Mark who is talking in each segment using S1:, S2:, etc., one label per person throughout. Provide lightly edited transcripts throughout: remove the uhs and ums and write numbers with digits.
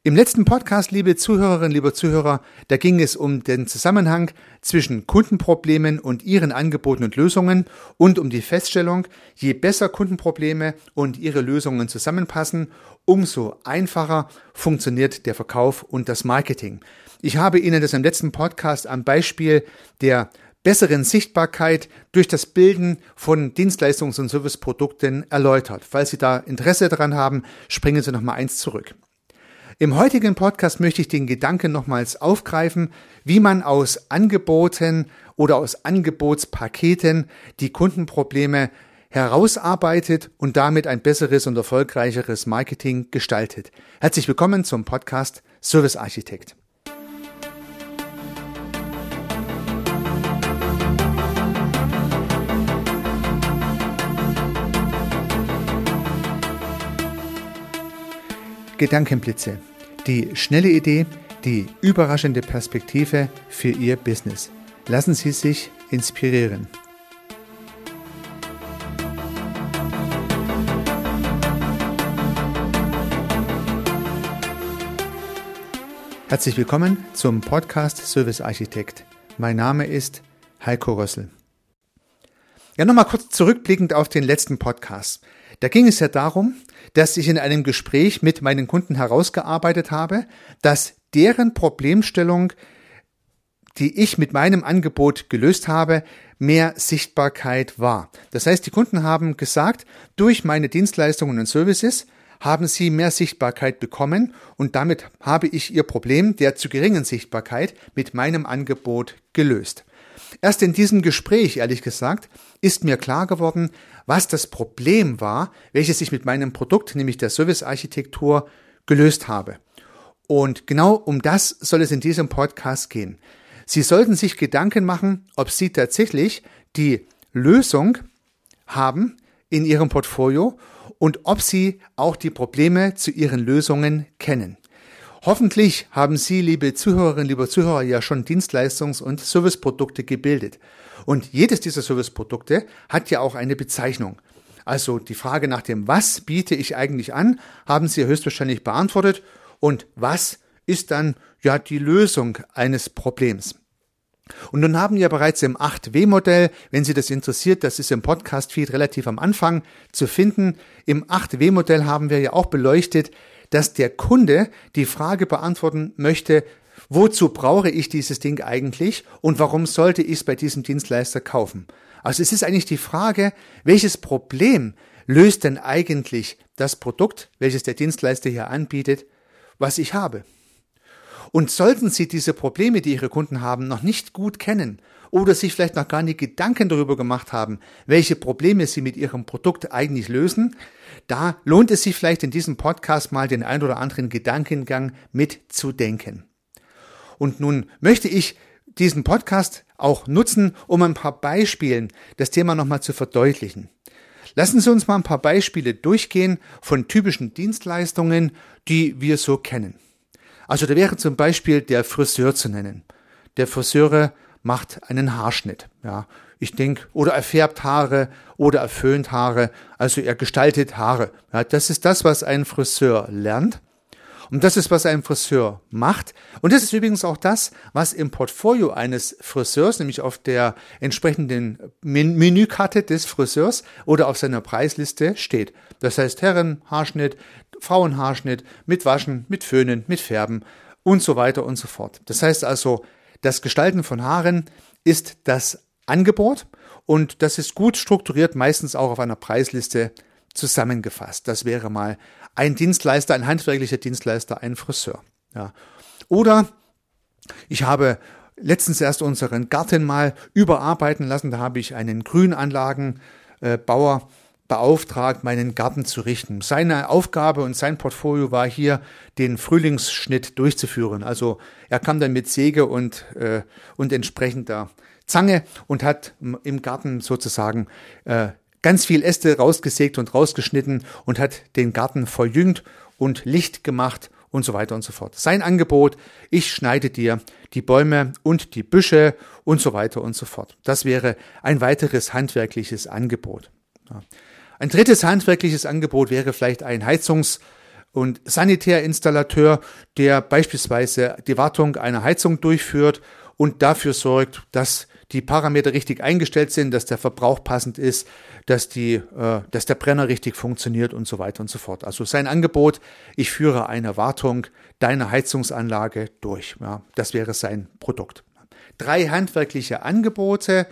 S1: Im letzten Podcast, liebe Zuhörerinnen, lieber Zuhörer, da ging es um den Zusammenhang zwischen Kundenproblemen und ihren Angeboten und Lösungen und um die Feststellung, je besser Kundenprobleme und ihre Lösungen zusammenpassen, umso einfacher funktioniert der Verkauf und das Marketing. Ich habe Ihnen das im letzten Podcast am Beispiel der besseren Sichtbarkeit durch das Bilden von Dienstleistungs- und Serviceprodukten erläutert. Falls Sie da Interesse daran haben, springen Sie nochmal eins zurück. Im heutigen Podcast möchte ich den Gedanken nochmals aufgreifen, wie man aus Angeboten oder aus Angebotspaketen die Kundenprobleme herausarbeitet und damit ein besseres und erfolgreicheres Marketing gestaltet. Herzlich willkommen zum Podcast Service Architekt. Gedankenblitze. Die schnelle Idee, die überraschende Perspektive für Ihr Business. Lassen Sie sich inspirieren. Herzlich willkommen zum Podcast Service Architekt. Mein Name ist Heiko Rössel. Ja, nochmal kurz zurückblickend auf den letzten Podcast. Da ging es ja darum, dass ich in einem Gespräch mit meinen Kunden herausgearbeitet habe, dass deren Problemstellung, die ich mit meinem Angebot gelöst habe, mehr Sichtbarkeit war. Das heißt, die Kunden haben gesagt, durch meine Dienstleistungen und Services haben sie mehr Sichtbarkeit bekommen und damit habe ich ihr Problem der zu geringen Sichtbarkeit mit meinem Angebot gelöst. Erst in diesem Gespräch, ehrlich gesagt, ist mir klar geworden, was das Problem war, welches ich mit meinem Produkt, nämlich der Servicearchitektur, gelöst habe. Und genau um das soll es in diesem Podcast gehen. Sie sollten sich Gedanken machen, ob Sie tatsächlich die Lösung haben in Ihrem Portfolio und ob Sie auch die Probleme zu Ihren Lösungen kennen. Hoffentlich haben Sie, liebe Zuhörerinnen, lieber Zuhörer, ja schon Dienstleistungs- und Serviceprodukte gebildet. Und jedes dieser Serviceprodukte hat ja auch eine Bezeichnung. Also die Frage nach dem Was biete ich eigentlich an, haben Sie höchstwahrscheinlich beantwortet. Und was ist dann ja die Lösung eines Problems? Und nun haben wir bereits im 8W-Modell, wenn Sie das interessiert, das ist im Podcast-Feed relativ am Anfang zu finden. Im 8W-Modell haben wir ja auch beleuchtet, dass der Kunde die Frage beantworten möchte, wozu brauche ich dieses Ding eigentlich und warum sollte ich es bei diesem Dienstleister kaufen? Also es ist eigentlich die Frage, welches Problem löst denn eigentlich das Produkt, welches der Dienstleister hier anbietet, was ich habe? Und sollten Sie diese Probleme, die Ihre Kunden haben, noch nicht gut kennen oder sich vielleicht noch gar nicht Gedanken darüber gemacht haben, welche Probleme Sie mit Ihrem Produkt eigentlich lösen, da lohnt es sich vielleicht in diesem Podcast mal den ein oder anderen Gedankengang mitzudenken. Und nun möchte ich diesen Podcast auch nutzen, um ein paar Beispielen das Thema nochmal zu verdeutlichen. Lassen Sie uns mal ein paar Beispiele durchgehen von typischen Dienstleistungen, die wir so kennen. Also da wäre zum Beispiel der Friseur zu nennen. Der Friseur macht einen Haarschnitt, ja. Ich denke, oder er färbt Haare oder er föhnt Haare, also er gestaltet Haare. Ja, das ist das, was ein Friseur lernt. Und das ist, was ein Friseur macht. Und das ist übrigens auch das, was im Portfolio eines Friseurs, nämlich auf der entsprechenden Menükarte des Friseurs oder auf seiner Preisliste steht. Das heißt Herrenhaarschnitt, Frauenhaarschnitt, mit Waschen, mit Föhnen, mit Färben und so weiter und so fort. Das heißt also, das Gestalten von Haaren ist das Angebot und das ist gut strukturiert, meistens auch auf einer Preisliste zusammengefasst. Das wäre mal ein Dienstleister, ein handwerklicher Dienstleister, ein Friseur. Ja. Oder ich habe letztens erst unseren Garten mal überarbeiten lassen. Da habe ich einen Grünanlagenbauer beauftragt, meinen Garten zu richten. Seine Aufgabe und sein Portfolio war hier, den Frühlingsschnitt durchzuführen. Also er kam dann mit Säge und entsprechender Zange und hat im Garten sozusagen ganz viel Äste rausgesägt und rausgeschnitten und hat den Garten verjüngt und Licht gemacht und so weiter und so fort. Sein Angebot, ich schneide dir die Bäume und die Büsche und so weiter und so fort. Das wäre ein weiteres handwerkliches Angebot. Ja. Ein drittes handwerkliches Angebot wäre vielleicht ein Heizungs- und Sanitärinstallateur, der beispielsweise die Wartung einer Heizung durchführt und dafür sorgt, dass die Parameter richtig eingestellt sind, dass der Verbrauch passend ist, dass der Brenner richtig funktioniert und so weiter und so fort. Also sein Angebot, ich führe eine Wartung deiner Heizungsanlage durch. Ja, das wäre sein Produkt. 3 handwerkliche Angebote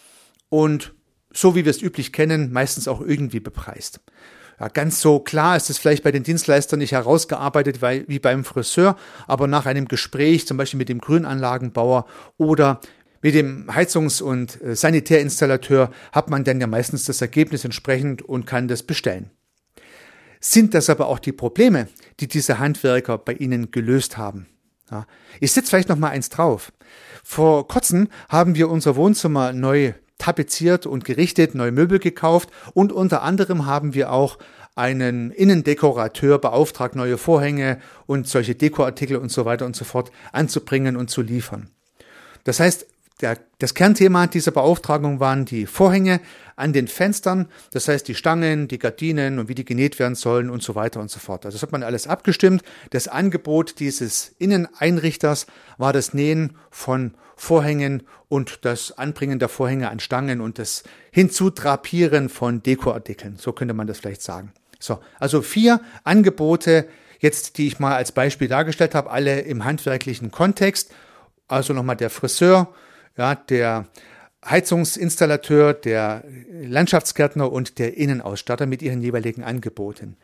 S1: und so wie wir es üblich kennen, meistens auch irgendwie bepreist. Ja, ganz so klar ist es vielleicht bei den Dienstleistern nicht herausgearbeitet wie beim Friseur, aber nach einem Gespräch, zum Beispiel mit dem Grünanlagenbauer oder mit dem Heizungs- und Sanitärinstallateur, hat man dann ja meistens das Ergebnis entsprechend und kann das bestellen. Sind das aber auch die Probleme, die diese Handwerker bei Ihnen gelöst haben? Ja, ich setze vielleicht noch mal eins drauf. Vor kurzem haben wir unser Wohnzimmer neu tapeziert und gerichtet, neue Möbel gekauft und unter anderem haben wir auch einen Innendekorateur beauftragt, neue Vorhänge und solche Dekoartikel und so weiter und so fort anzubringen und zu liefern. Das heißt, das Kernthema dieser Beauftragung waren die Vorhänge an den Fenstern, das heißt die Stangen, die Gardinen und wie die genäht werden sollen und so weiter und so fort. Also das hat man alles abgestimmt. Das Angebot dieses Inneneinrichters war das Nähen von Vorhängen und das Anbringen der Vorhänge an Stangen und das Hinzudrapieren von Dekoartikeln. So könnte man das vielleicht sagen. So, also 4 Angebote jetzt, die ich mal als Beispiel dargestellt habe, alle im handwerklichen Kontext. Also nochmal der Friseur, ja, der Heizungsinstallateur, der Landschaftsgärtner und der Innenausstatter mit ihren jeweiligen Angeboten.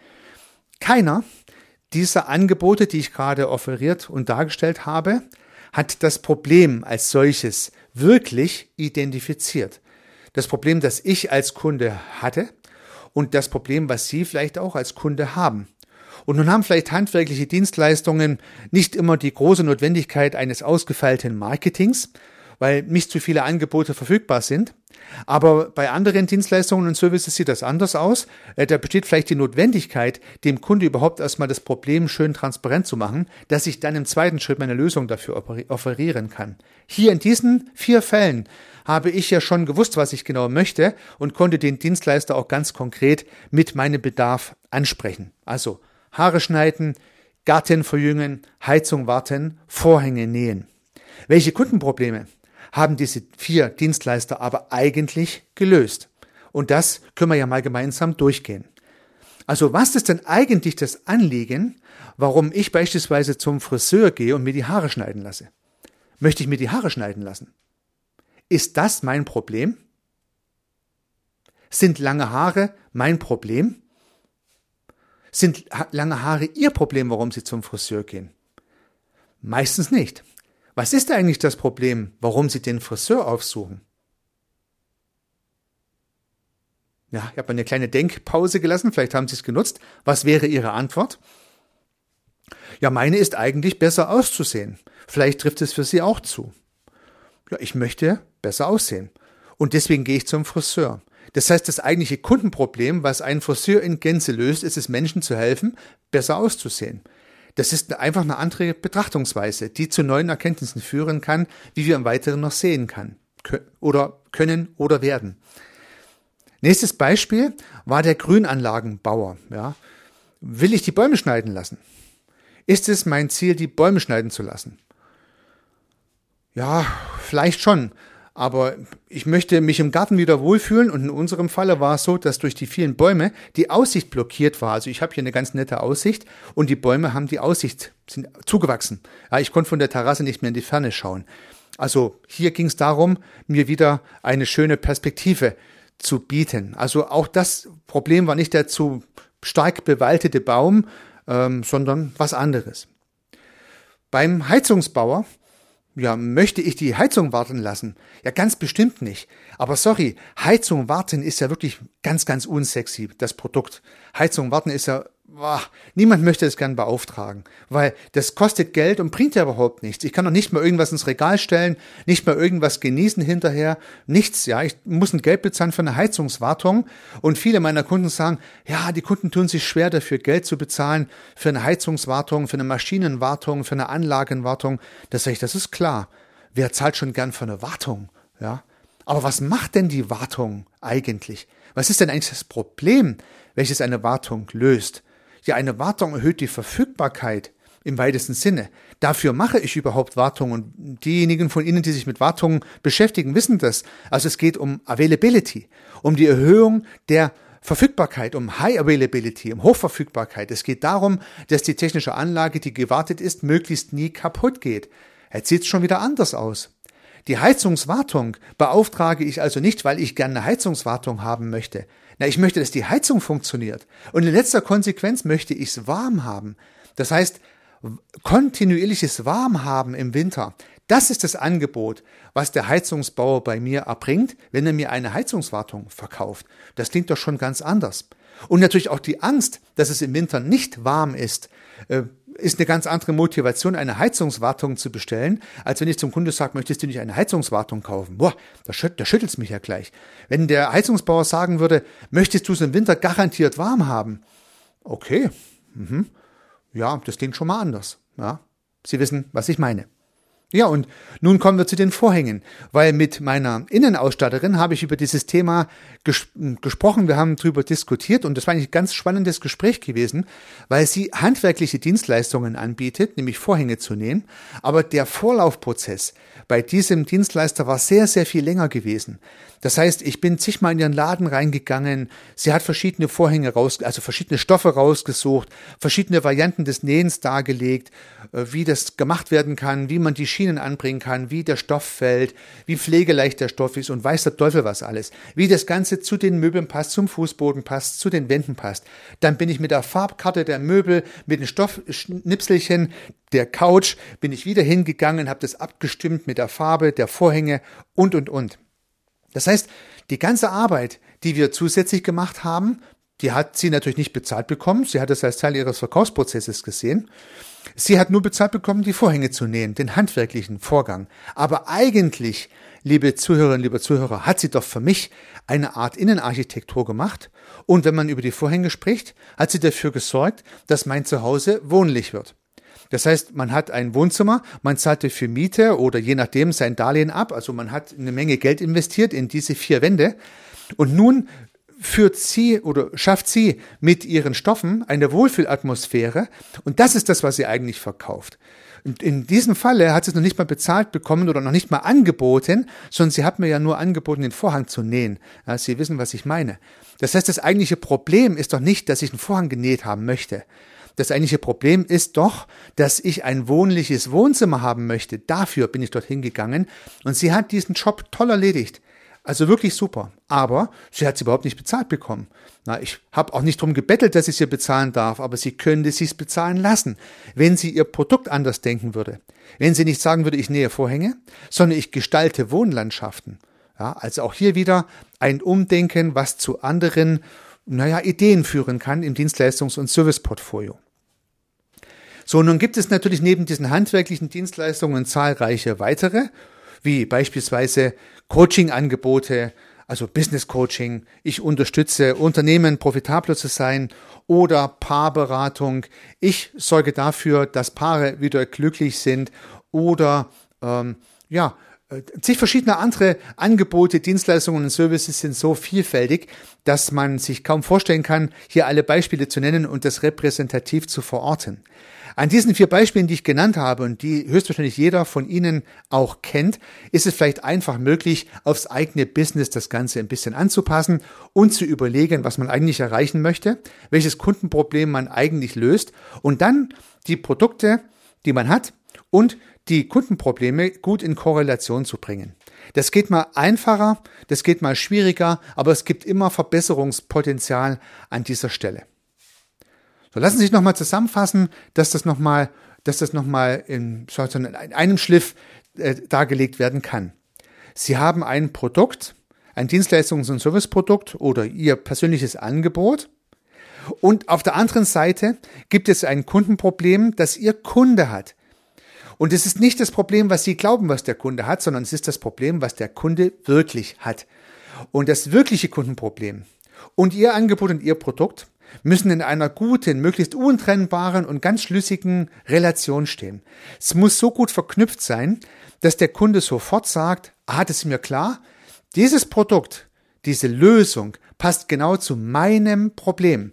S1: Keiner dieser Angebote, die ich gerade offeriert und dargestellt habe, hat das Problem als solches wirklich identifiziert. Das Problem, das ich als Kunde hatte und das Problem, was Sie vielleicht auch als Kunde haben. Und nun haben vielleicht handwerkliche Dienstleistungen nicht immer die große Notwendigkeit eines ausgefeilten Marketings, weil nicht zu viele Angebote verfügbar sind. Aber bei anderen Dienstleistungen und Services sieht das anders aus. Da besteht vielleicht die Notwendigkeit, dem Kunde überhaupt erstmal das Problem schön transparent zu machen, dass ich dann im zweiten Schritt meine Lösung dafür offerieren kann. Hier in diesen 4 Fällen habe ich ja schon gewusst, was ich genau möchte und konnte den Dienstleister auch ganz konkret mit meinem Bedarf ansprechen. Also Haare schneiden, Garten verjüngen, Heizung warten, Vorhänge nähen. Welche Kundenprobleme haben diese 4 Dienstleister aber eigentlich gelöst? Und das können wir ja mal gemeinsam durchgehen. Also was ist denn eigentlich das Anliegen, warum ich beispielsweise zum Friseur gehe und mir die Haare schneiden lasse? Möchte ich mir die Haare schneiden lassen? Ist das mein Problem? Sind lange Haare mein Problem? Sind lange Haare Ihr Problem, warum Sie zum Friseur gehen? Meistens nicht. Was ist eigentlich das Problem, warum Sie den Friseur aufsuchen? Ja, ich habe eine kleine Denkpause gelassen, vielleicht haben Sie es genutzt. Was wäre Ihre Antwort? Ja, meine ist eigentlich besser auszusehen. Vielleicht trifft es für Sie auch zu. Ja, ich möchte besser aussehen und deswegen gehe ich zum Friseur. Das heißt, das eigentliche Kundenproblem, was ein Friseur in Gänze löst, ist es, Menschen zu helfen, besser auszusehen. Das ist einfach eine andere Betrachtungsweise, die zu neuen Erkenntnissen führen kann, wie wir im Weiteren noch sehen können oder werden. Nächstes Beispiel war der Grünanlagenbauer. Ja. Will ich die Bäume schneiden lassen? Ist es mein Ziel, die Bäume schneiden zu lassen? Ja, vielleicht schon. Aber ich möchte mich im Garten wieder wohlfühlen und in unserem Falle war es so, dass durch die vielen Bäume die Aussicht blockiert war. Also ich habe hier eine ganz nette Aussicht und die Bäume haben die Aussicht, sind zugewachsen. Ja, ich konnte von der Terrasse nicht mehr in die Ferne schauen. Also hier ging es darum, mir wieder eine schöne Perspektive zu bieten. Also auch das Problem war nicht der zu stark bewaldete Baum, sondern was anderes. Beim Heizungsbauer, ja, möchte ich die Heizung warten lassen? Ja, ganz bestimmt nicht. Aber sorry, Heizung warten ist ja wirklich ganz, ganz unsexy, das Produkt. Heizung warten ist ja, niemand möchte es gern beauftragen, weil das kostet Geld und bringt ja überhaupt nichts. Ich kann doch nicht mal irgendwas ins Regal stellen, nicht mal irgendwas genießen hinterher, nichts, ja. Ich muss ein Geld bezahlen für eine Heizungswartung und viele meiner Kunden sagen, ja, die Kunden tun sich schwer dafür, Geld zu bezahlen für eine Heizungswartung, für eine Maschinenwartung, für eine Anlagenwartung. Das sage ich, das ist klar. Wer zahlt schon gern für eine Wartung, ja? Aber was macht denn die Wartung eigentlich? Was ist denn eigentlich das Problem, welches eine Wartung löst? Ja, eine Wartung erhöht die Verfügbarkeit im weitesten Sinne. Dafür mache ich überhaupt Wartung und diejenigen von Ihnen, die sich mit Wartung beschäftigen, wissen das. Also es geht um Availability, um die Erhöhung der Verfügbarkeit, um High Availability, um Hochverfügbarkeit. Es geht darum, dass die technische Anlage, die gewartet ist, möglichst nie kaputt geht. Jetzt sieht es schon wieder anders aus. Die Heizungswartung beauftrage ich also nicht, weil ich gerne eine Heizungswartung haben möchte. Na, ich möchte, dass die Heizung funktioniert. Und in letzter Konsequenz möchte ich es warm haben. Das heißt, kontinuierliches Warmhaben im Winter, das ist das Angebot, was der Heizungsbauer bei mir erbringt, wenn er mir eine Heizungswartung verkauft. Das klingt doch schon ganz anders. Und natürlich auch die Angst, dass es im Winter nicht warm ist eine ganz andere Motivation, eine Heizungswartung zu bestellen, als wenn ich zum Kunde sage, möchtest du nicht eine Heizungswartung kaufen? Boah, da schüttelt es mich ja gleich. Wenn der Heizungsbauer sagen würde, möchtest du es im Winter garantiert warm haben? Okay, ja, das klingt schon mal anders. Ja, Sie wissen, was ich meine. Ja, und nun kommen wir zu den Vorhängen, weil mit meiner Innenausstatterin habe ich über dieses Thema gesprochen, wir haben darüber diskutiert und das war eigentlich ein ganz spannendes Gespräch gewesen, weil sie handwerkliche Dienstleistungen anbietet, nämlich Vorhänge zu nähen, aber der Vorlaufprozess bei diesem Dienstleister war sehr, sehr viel länger gewesen. Das heißt, ich bin zigmal in ihren Laden reingegangen, sie hat verschiedene Vorhänge verschiedene Stoffe rausgesucht, verschiedene Varianten des Nähens dargelegt, wie das gemacht werden kann, wie man die Schienen anbringen kann, wie der Stoff fällt, wie pflegeleicht der Stoff ist und weiß der Teufel was alles, wie das Ganze zu den Möbeln passt, zum Fußboden passt, zu den Wänden passt. Dann bin ich mit der Farbkarte der Möbel, mit den Stoffschnipselchen der Couch, bin ich wieder hingegangen, habe das abgestimmt mit der Farbe der Vorhänge und. Das heißt, die ganze Arbeit, die wir zusätzlich gemacht haben, die hat sie natürlich nicht bezahlt bekommen. Sie hat es als Teil ihres Verkaufsprozesses gesehen. Sie hat nur bezahlt bekommen, die Vorhänge zu nähen, den handwerklichen Vorgang. Aber eigentlich, liebe Zuhörerinnen, liebe Zuhörer, hat sie doch für mich eine Art Innenarchitektur gemacht. Und wenn man über die Vorhänge spricht, hat sie dafür gesorgt, dass mein Zuhause wohnlich wird. Das heißt, man hat ein Wohnzimmer, man zahlt dafür Miete oder je nachdem sein Darlehen ab. Also man hat eine Menge Geld investiert in diese 4 Wände. Und nun schafft sie mit ihren Stoffen eine Wohlfühlatmosphäre. Und das ist das, was sie eigentlich verkauft. Und in diesem Falle hat sie es noch nicht mal bezahlt bekommen oder noch nicht mal angeboten, sondern sie hat mir ja nur angeboten, den Vorhang zu nähen. Ja, Sie wissen, was ich meine. Das heißt, das eigentliche Problem ist doch nicht, dass ich einen Vorhang genäht haben möchte. Das eigentliche Problem ist doch, dass ich ein wohnliches Wohnzimmer haben möchte. Dafür bin ich dorthin gegangen und sie hat diesen Job toll erledigt. Also wirklich super. Aber sie hat es überhaupt nicht bezahlt bekommen. Ich habe auch nicht darum gebettelt, dass ich es ihr bezahlen darf, aber sie könnte es sich bezahlen lassen, wenn sie ihr Produkt anders denken würde. Wenn sie nicht sagen würde, ich nähe Vorhänge, sondern ich gestalte Wohnlandschaften. Ja, also auch hier wieder ein Umdenken, was zu anderen Ideen führen kann im Dienstleistungs- und Serviceportfolio. So, nun gibt es natürlich neben diesen handwerklichen Dienstleistungen zahlreiche weitere, wie beispielsweise Coaching-Angebote, also Business Coaching. Ich unterstütze Unternehmen, profitabler zu sein oder Paarberatung. Ich sorge dafür, dass Paare wieder glücklich sind oder zig verschiedene andere Angebote, Dienstleistungen und Services sind so vielfältig, dass man sich kaum vorstellen kann, hier alle Beispiele zu nennen und das repräsentativ zu verorten. An diesen 4 Beispielen, die ich genannt habe und die höchstwahrscheinlich jeder von Ihnen auch kennt, ist es vielleicht einfach möglich, aufs eigene Business das Ganze ein bisschen anzupassen und zu überlegen, was man eigentlich erreichen möchte, welches Kundenproblem man eigentlich löst und dann die Produkte, die man hat und die Kundenprobleme gut in Korrelation zu bringen. Das geht mal einfacher, das geht mal schwieriger, aber es gibt immer Verbesserungspotenzial an dieser Stelle. So, lassen Sie sich nochmal zusammenfassen, dass das nochmal in einem Schliff dargelegt werden kann. Sie haben ein Produkt, ein Dienstleistungs- und Serviceprodukt oder Ihr persönliches Angebot und auf der anderen Seite gibt es ein Kundenproblem, das Ihr Kunde hat. Und es ist nicht das Problem, was Sie glauben, was der Kunde hat, sondern es ist das Problem, was der Kunde wirklich hat. Und das wirkliche Kundenproblem und Ihr Angebot und Ihr Produkt müssen in einer guten, möglichst untrennbaren und ganz schlüssigen Relation stehen. Es muss so gut verknüpft sein, dass der Kunde sofort sagt, das ist mir klar, dieses Produkt, diese Lösung passt genau zu meinem Problem.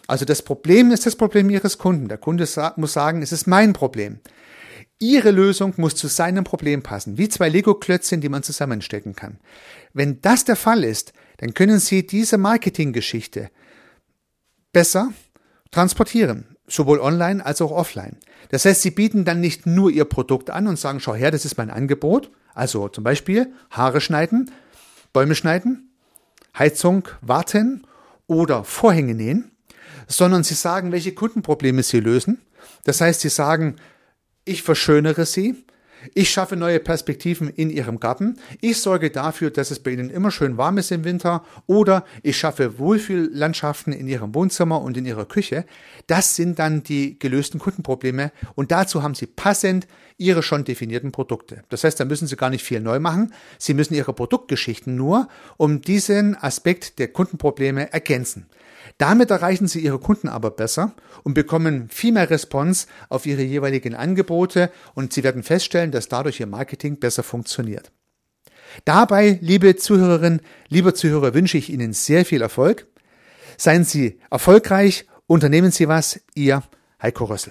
S1: Also das Problem ist das Problem Ihres Kunden. Der Kunde muss sagen, es ist mein Problem. Ihre Lösung muss zu seinem Problem passen, wie 2 Lego-Klötzchen, die man zusammenstecken kann. Wenn das der Fall ist, dann können Sie diese Marketinggeschichte besser transportieren, sowohl online als auch offline. Das heißt, Sie bieten dann nicht nur Ihr Produkt an und sagen, schau her, das ist mein Angebot. Also zum Beispiel Haare schneiden, Bäume schneiden, Heizung warten oder Vorhänge nähen, sondern Sie sagen, welche Kundenprobleme Sie lösen. Das heißt, Sie sagen, ich verschönere Sie, ich schaffe neue Perspektiven in Ihrem Garten, ich sorge dafür, dass es bei Ihnen immer schön warm ist im Winter oder ich schaffe Wohlfühllandschaften in Ihrem Wohnzimmer und in Ihrer Küche. Das sind dann die gelösten Kundenprobleme und dazu haben Sie passend Ihre schon definierten Produkte. Das heißt, da müssen Sie gar nicht viel neu machen, Sie müssen Ihre Produktgeschichten nur um diesen Aspekt der Kundenprobleme ergänzen. Damit erreichen Sie Ihre Kunden aber besser und bekommen viel mehr Response auf Ihre jeweiligen Angebote und Sie werden feststellen, dass dadurch Ihr Marketing besser funktioniert. Dabei, liebe Zuhörerinnen, lieber Zuhörer, wünsche ich Ihnen sehr viel Erfolg. Seien Sie erfolgreich, unternehmen Sie was, Ihr Heiko Rössel.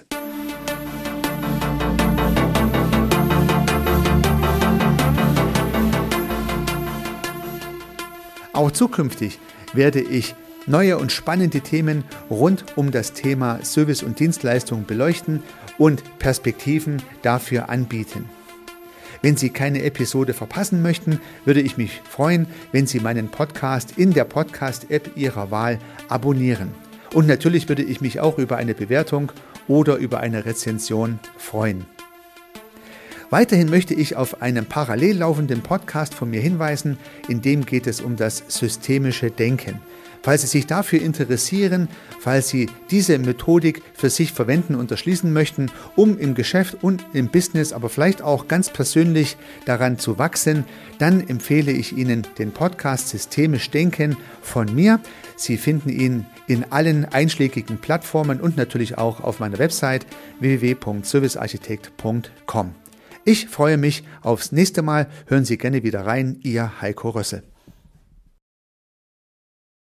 S1: Auch zukünftig werde ich neue und spannende Themen rund um das Thema Service und Dienstleistung beleuchten und Perspektiven dafür anbieten. Wenn Sie keine Episode verpassen möchten, würde ich mich freuen, wenn Sie meinen Podcast in der Podcast-App Ihrer Wahl abonnieren. Und natürlich würde ich mich auch über eine Bewertung oder über eine Rezension freuen. Weiterhin möchte ich auf einen parallel laufenden Podcast von mir hinweisen, in dem geht es um das systemische Denken. Falls Sie sich dafür interessieren, falls Sie diese Methodik für sich verwenden und erschließen möchten, um im Geschäft und im Business, aber vielleicht auch ganz persönlich daran zu wachsen, dann empfehle ich Ihnen den Podcast Systemisch Denken von mir. Sie finden ihn in allen einschlägigen Plattformen und natürlich auch auf meiner Website www.servicearchitekt.com. Ich freue mich aufs nächste Mal. Hören Sie gerne wieder rein. Ihr Heiko Rössel.